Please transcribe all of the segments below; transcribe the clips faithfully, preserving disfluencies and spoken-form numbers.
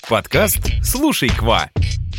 Подкаст «Слушай, Ква».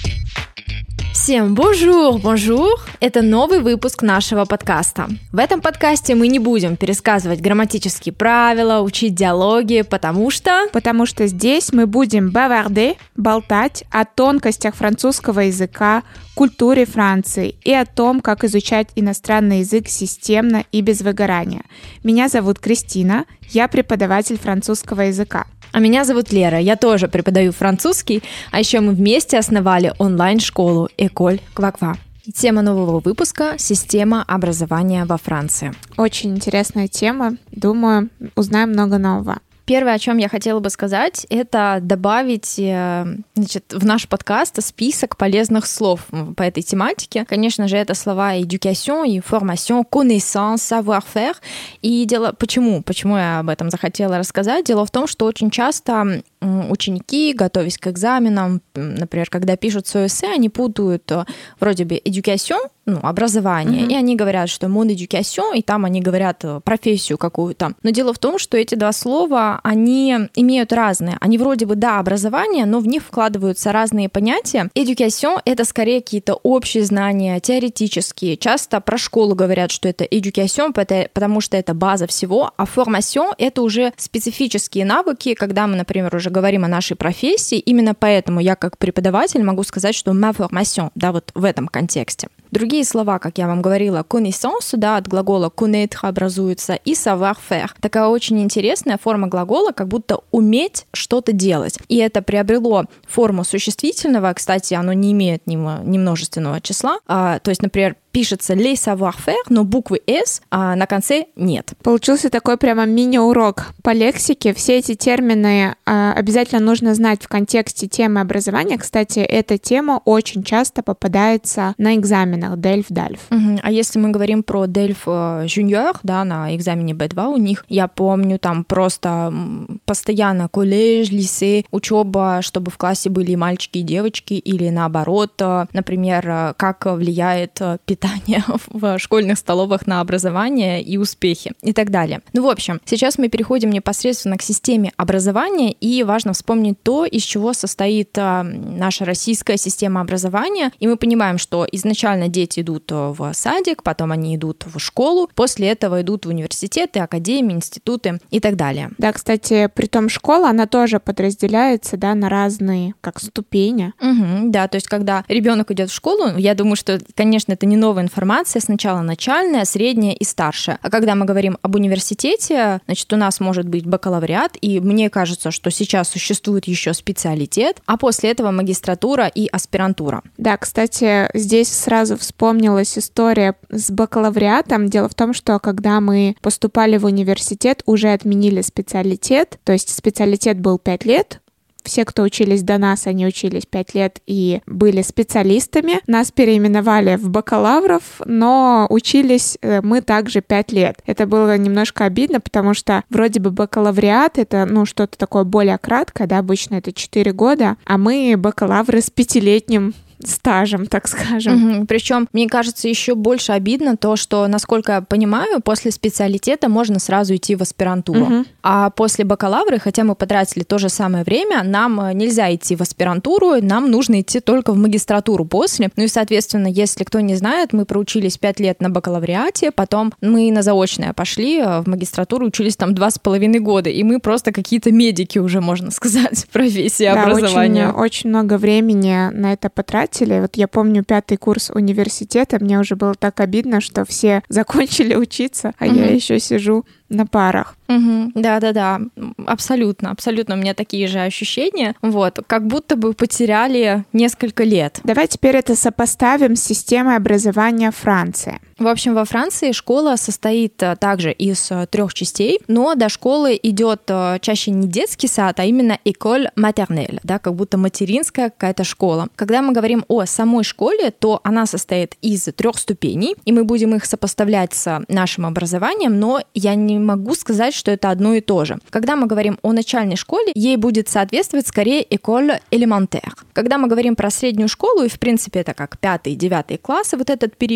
Всем бонжур, бонжур! Это новый выпуск нашего подкаста. В этом подкасте мы не будем пересказывать грамматические правила, учить диалоги, потому что... Потому что здесь мы будем баварде, болтать о тонкостях французского языка, культуре Франции и о том, как изучать иностранный язык системно и без выгорания. Меня зовут Кристина, я преподаватель французского языка. А меня зовут Лера, я тоже преподаю французский, а еще мы вместе основали онлайн-школу École Kva-Kva. Тема нового выпуска – система образования во Франции. Очень интересная тема, думаю, узнаем много нового. Первое, о чем я хотела бы сказать, это добавить, значит, в наш подкаст список полезных слов по этой тематике. Конечно же, это слова éducation и formation, connaissance, savoir-faire. И дело... Почему? Почему я об этом захотела рассказать? Дело в том, что очень часто ученики, готовясь к экзаменам, например, когда пишут свое эссе, они путают вроде бы éducation, ну, образование, mm-hmm. и они говорят, что mon éducation, и там они говорят профессию какую-то. Но дело в том, что эти два слова, они имеют разные. Они вроде бы, да, образование, но в них вкладываются разные понятия. Éducation — это скорее какие-то общие знания, теоретические. Часто про школу говорят, что это éducation, потому что это база всего, а formation — это уже специфические навыки, когда мы, например, уже говорим о нашей профессии. Именно поэтому я как преподаватель могу сказать, что ma formation, да, вот в этом контексте. Другие слова, как я вам говорила, connaissance, да, от глагола connaître образуется, и savoir-faire. Такая очень интересная форма глагола, как будто уметь что-то делать. И это приобрело форму существительного, кстати, оно не имеет ни, ни множественного числа. А, то есть, например, пишется les savoir-faire, но буквы S а на конце нет. Получился такой прямо мини-урок по лексике. Все эти термины а, обязательно нужно знать в контексте темы образования. Кстати, эта тема очень часто попадается на экзаменах дельф-дальф. Uh-huh. А если мы говорим про дельф junior, да, на экзамене би два у них, я помню, там просто постоянно колледж, лисе, учеба, чтобы в классе были и мальчики, и девочки, или наоборот, например, как влияет питание питание в школьных столовых на образование и успехи и так далее. Ну, в общем, сейчас мы переходим непосредственно к системе образования, и важно вспомнить то, из чего состоит наша российская система образования. И мы понимаем, что изначально дети идут в садик, потом они идут в школу, после этого идут в университеты, академии, институты и так далее. Да, кстати, притом школа, она тоже подразделяется, да, на разные, как ступени. Угу, да, то есть когда ребенок идет в школу, я думаю, что, конечно, это не новая информация, сначала начальная, средняя и старшая. А когда мы говорим об университете, значит, у нас может быть бакалавриат, и мне кажется, что сейчас существует еще специалитет, а после этого магистратура и аспирантура. Да, кстати, здесь сразу вспомнилась история с бакалавриатом. Дело в том, что когда мы поступали в университет, уже отменили специалитет, то есть специалитет был пять лет, все, кто учились до нас, они учились пять лет и были специалистами. Нас переименовали в бакалавров, но учились мы также пять лет. Это было немножко обидно, потому что вроде бы бакалавриат — это, ну, что-то такое более краткое, да, обычно это четыре года, а мы бакалавры с пятилетним стажем, так скажем. Угу. Причем, мне кажется, еще больше обидно то, что, насколько я понимаю, после специалитета можно сразу идти в аспирантуру. Угу. А после бакалавра, хотя мы потратили то же самое время, нам нельзя идти в аспирантуру, нам нужно идти только в магистратуру после. Ну и, соответственно, если кто не знает, мы проучились пять лет на бакалавриате, потом мы на заочное пошли в магистратуру, учились там два с половиной года, и мы просто какие-то медики уже, можно сказать, профессии да, образования. Очень, очень много времени на это потратили. Вот я помню пятый курс университета, мне уже было так обидно, что все закончили учиться, а mm-hmm. я еще сижу на парах. Угу. Да-да-да, абсолютно, абсолютно у меня такие же ощущения. Вот, как будто бы потеряли несколько лет. Давай теперь это сопоставим с системой образования Франции. В общем, во Франции школа состоит также из трех частей, но до школы идет чаще не детский сад, а именно école maternelle, да, как будто материнская какая-то школа. Когда мы говорим о самой школе, то она состоит из трех ступеней, и мы будем их сопоставлять с нашим образованием, но я не могу сказать, что это одно и то же. Когда мы говорим о начальной школе, ей будет соответствовать скорее école élémentaire. Когда мы говорим про среднюю школу, и в принципе это как пятый, девятый классы, вот этот период,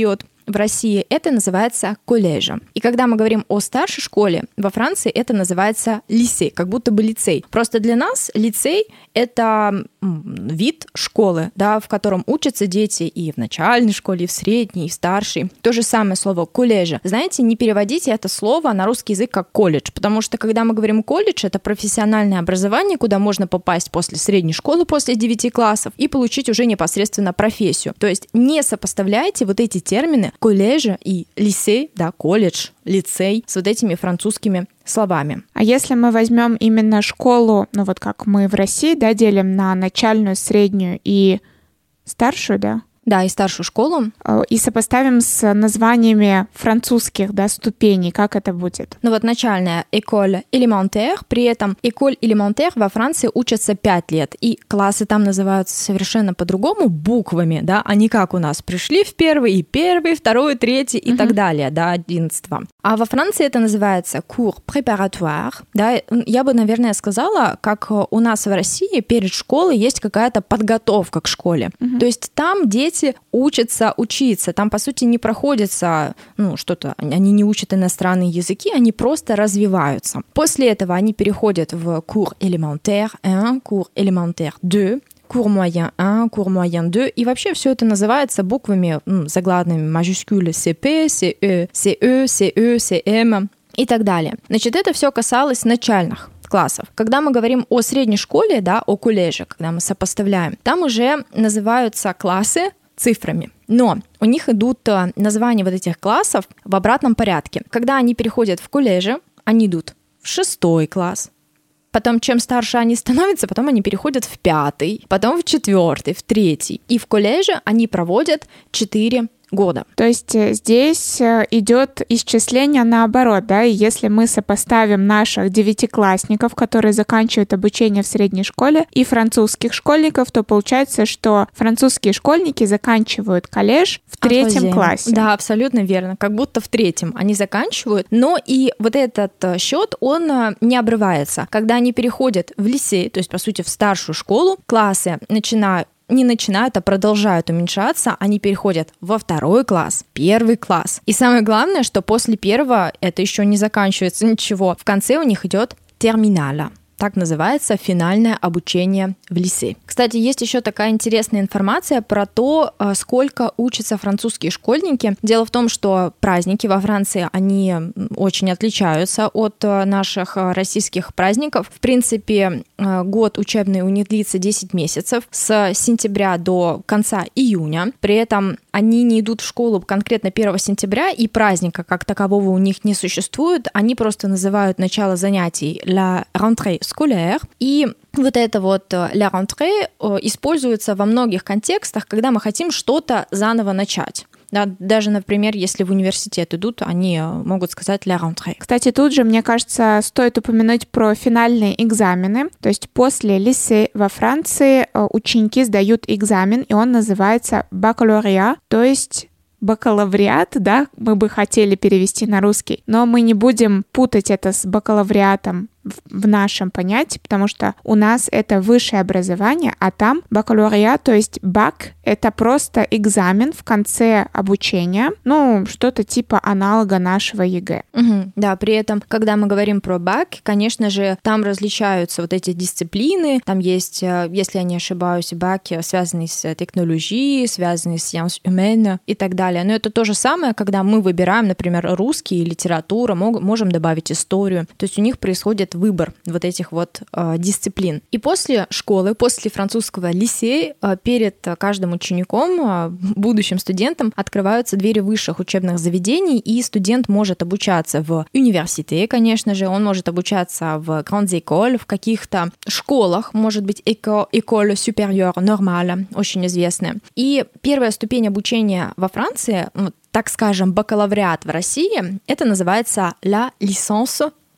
в России это называется коллеж. И когда мы говорим о старшей школе, во Франции это называется lycée, как будто бы лицей. Просто для нас лицей — это вид школы, да, в котором учатся дети и в начальной школе, и в средней, и в старшей. То же самое слово коллеж. Знаете, не переводите это слово на русский язык как колледж, потому что когда мы говорим колледж, это профессиональное образование, куда можно попасть после средней школы, после девяти классов, и получить уже непосредственно профессию. То есть не сопоставляйте вот эти термины коллеж и lycée, да, колледж, лицей, с вот этими французскими словами. А если мы возьмем именно школу, ну вот как мы в России, да, делим на начальную, среднюю и старшую, да? Да, и старшую школу. И сопоставим с названиями французских, да, ступеней, как это будет? Ну вот начальная école élémentaire, при этом école élémentaire во Франции учатся пять лет, и классы там называются совершенно по-другому, буквами, да, а не как у нас пришли в первый, и первый, второй, третий и uh-huh. так далее, до одиннадцатого. А во Франции это называется cours préparatoire, да, я бы, наверное, сказала, как у нас в России перед школой есть какая-то подготовка к школе, uh-huh. то есть там дети учатся учиться, там, по сути, не проходится, ну, что-то, они не учат иностранные языки, они просто развиваются. После этого они переходят в cours élémentaire один, cours élémentaire два, cours moyen один, cours moyen два, и вообще все это называется буквами, ну, заглавными, мажускулы си пи, си и, си и, си и, си эм и так далее. Значит, это все касалось начальных классов. Когда мы говорим о средней школе, да, о коллеже, когда мы сопоставляем, там уже называются классы цифрами. Но у них идут названия вот этих классов в обратном порядке. Когда они переходят в коллеже, они идут в шестой класс. Потом, чем старше они становятся, потом они переходят в пятый, потом в четвертый, в третий. И в коллеже они проводят четыре года. То есть здесь идет исчисление наоборот, да, и если мы сопоставим наших девятиклассников, которые заканчивают обучение в средней школе, и французских школьников, то получается, что французские школьники заканчивают коллеж в третьем Отвозим. классе. Да, абсолютно верно, как будто в третьем они заканчивают, но и вот этот счет, он не обрывается. Когда они переходят в лицей, то есть, по сути, в старшую школу, классы начинают не начинают, а продолжают уменьшаться, они переходят во второй класс, первый класс. И самое главное, что после первого это еще не заканчивается ничего. В конце у них идет терминаля. Так называется финальное обучение в лицее. Кстати, есть еще такая интересная информация про то, сколько учатся французские школьники. Дело в том, что праздники во Франции, они очень отличаются от наших российских праздников. В принципе, год учебный у них длится десять месяцев, с сентября до конца июня. При этом они не идут в школу конкретно первого сентября, и праздника как такового у них не существует. Они просто называют начало занятий la rentrée scolaire. И вот это вот la rentrée используется во многих контекстах, когда мы хотим что-то заново начать. Да, даже, например, если в университет идут, они могут сказать la rentrée. Кстати, тут же, мне кажется, стоит упомянуть про финальные экзамены. То есть после lycée во Франции ученики сдают экзамен, и он называется baccalauréat, то есть бакалавриат, да, мы бы хотели перевести на русский, но мы не будем путать это с бакалавриатом в нашем понятии, потому что у нас это высшее образование, а там бакалавриат, то есть бак, это просто экзамен в конце обучения, ну, что-то типа аналога нашего ЕГЭ. Угу, да, при этом, когда мы говорим про бак, конечно же, там различаются вот эти дисциплины, там есть, если я не ошибаюсь, баки, связанные с технологией, связанные с sciences humaines и так далее. Но это то же самое, когда мы выбираем, например, русский, литература, можем добавить историю. То есть у них происходит выбор вот этих вот э, дисциплин. И после школы, после французского lycée, э, перед каждым учеником, э, будущим студентом, открываются двери высших учебных заведений, и студент может обучаться в университете, конечно же, он может обучаться в grandes écoles, в каких-то школах, может быть, école, école supérieure normale, очень известная. И первая ступень обучения во Франции, так скажем, бакалавриат в России, это называется la licence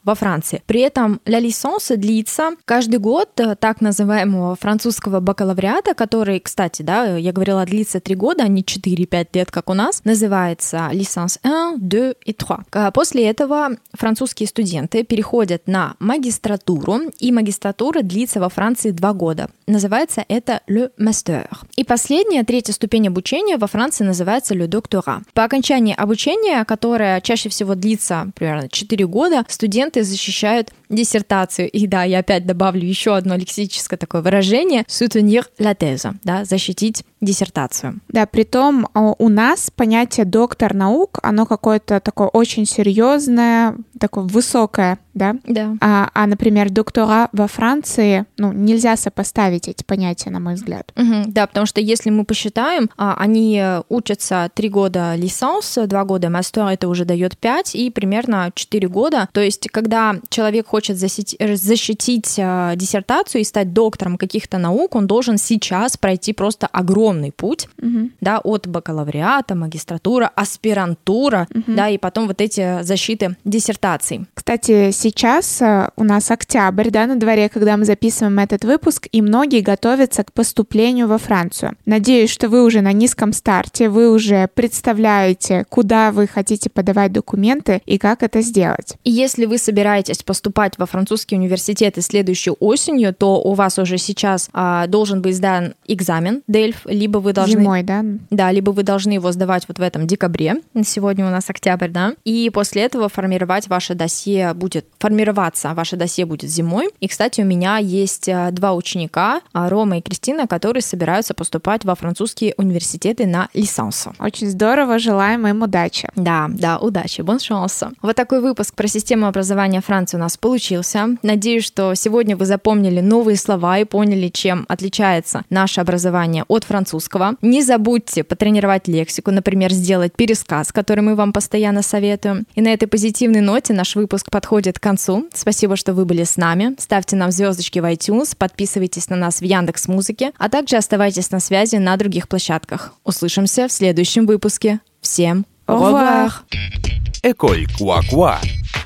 во Франции. При этом la licence длится каждый год так называемого французского бакалавриата, который, кстати, да, я говорила, длится три года, а не четыре-пять лет, как у нас, называется licence un, deux et trois. После этого французские студенты переходят на магистратуру, и магистратура длится во Франции два года. Называется это le master. И последняя, третья ступень обучения во Франции называется le doctorat. По окончании обучения, которое чаще всего длится примерно четыре года, студенты защищают диссертацию. И да, я опять добавлю еще одно лексическое такое выражение soutenir la thèse, да, защитить диссертацию. Да, притом у нас понятие доктор наук, оно какое-то такое очень серьезное, такое высокое, да? Да. А, а, например, доктора во Франции, ну, нельзя сопоставить эти понятия, на мой взгляд. Угу, да, потому что если мы посчитаем, они учатся три года лисанс, два года мастер, это уже дает пять, и примерно четыре года. То есть, когда человек хочет защитить, защитить диссертацию и стать доктором каких-то наук, он должен сейчас пройти просто огромный путь, угу. да, от бакалавриата, магистратура, аспирантура, угу. да, и потом вот эти защиты диссертаций. Кстати, сейчас у нас октябрь, да, на дворе, когда мы записываем этот выпуск, и многие готовятся к поступлению во Францию. Надеюсь, что вы уже на низком старте, вы уже представляете, куда вы хотите подавать документы и как это сделать. И если вы собираетесь поступать во французские университеты следующей осенью, то у вас уже сейчас а, должен быть сдан экзамен дельф, либо вы должны... Зимой, да? Да, либо вы должны его сдавать вот в этом декабре, сегодня у нас октябрь, да, и после этого формировать ваше досье будет, формироваться ваше досье будет зимой. И, кстати, у меня есть два ученика, Рома и Кристина, которые собираются поступать во французские университеты на лисанс. Очень здорово, желаем им удачи. Да, да, удачи, bon chance. Вот такой выпуск про систему образования Франции у нас получился. Надеюсь, что сегодня вы запомнили новые слова и поняли, чем отличается наше образование от французского. Не забудьте потренировать лексику, например, сделать пересказ, который мы вам постоянно советуем. И на этой позитивной ноте наш выпуск подходит к концу. Спасибо, что вы были с нами. Ставьте нам звездочки в iTunes, подписывайтесь на нас в Яндекс.Музыке, а также оставайтесь на связи на других площадках. Услышимся в следующем выпуске. Всем au revoir! École Quoi Quoi.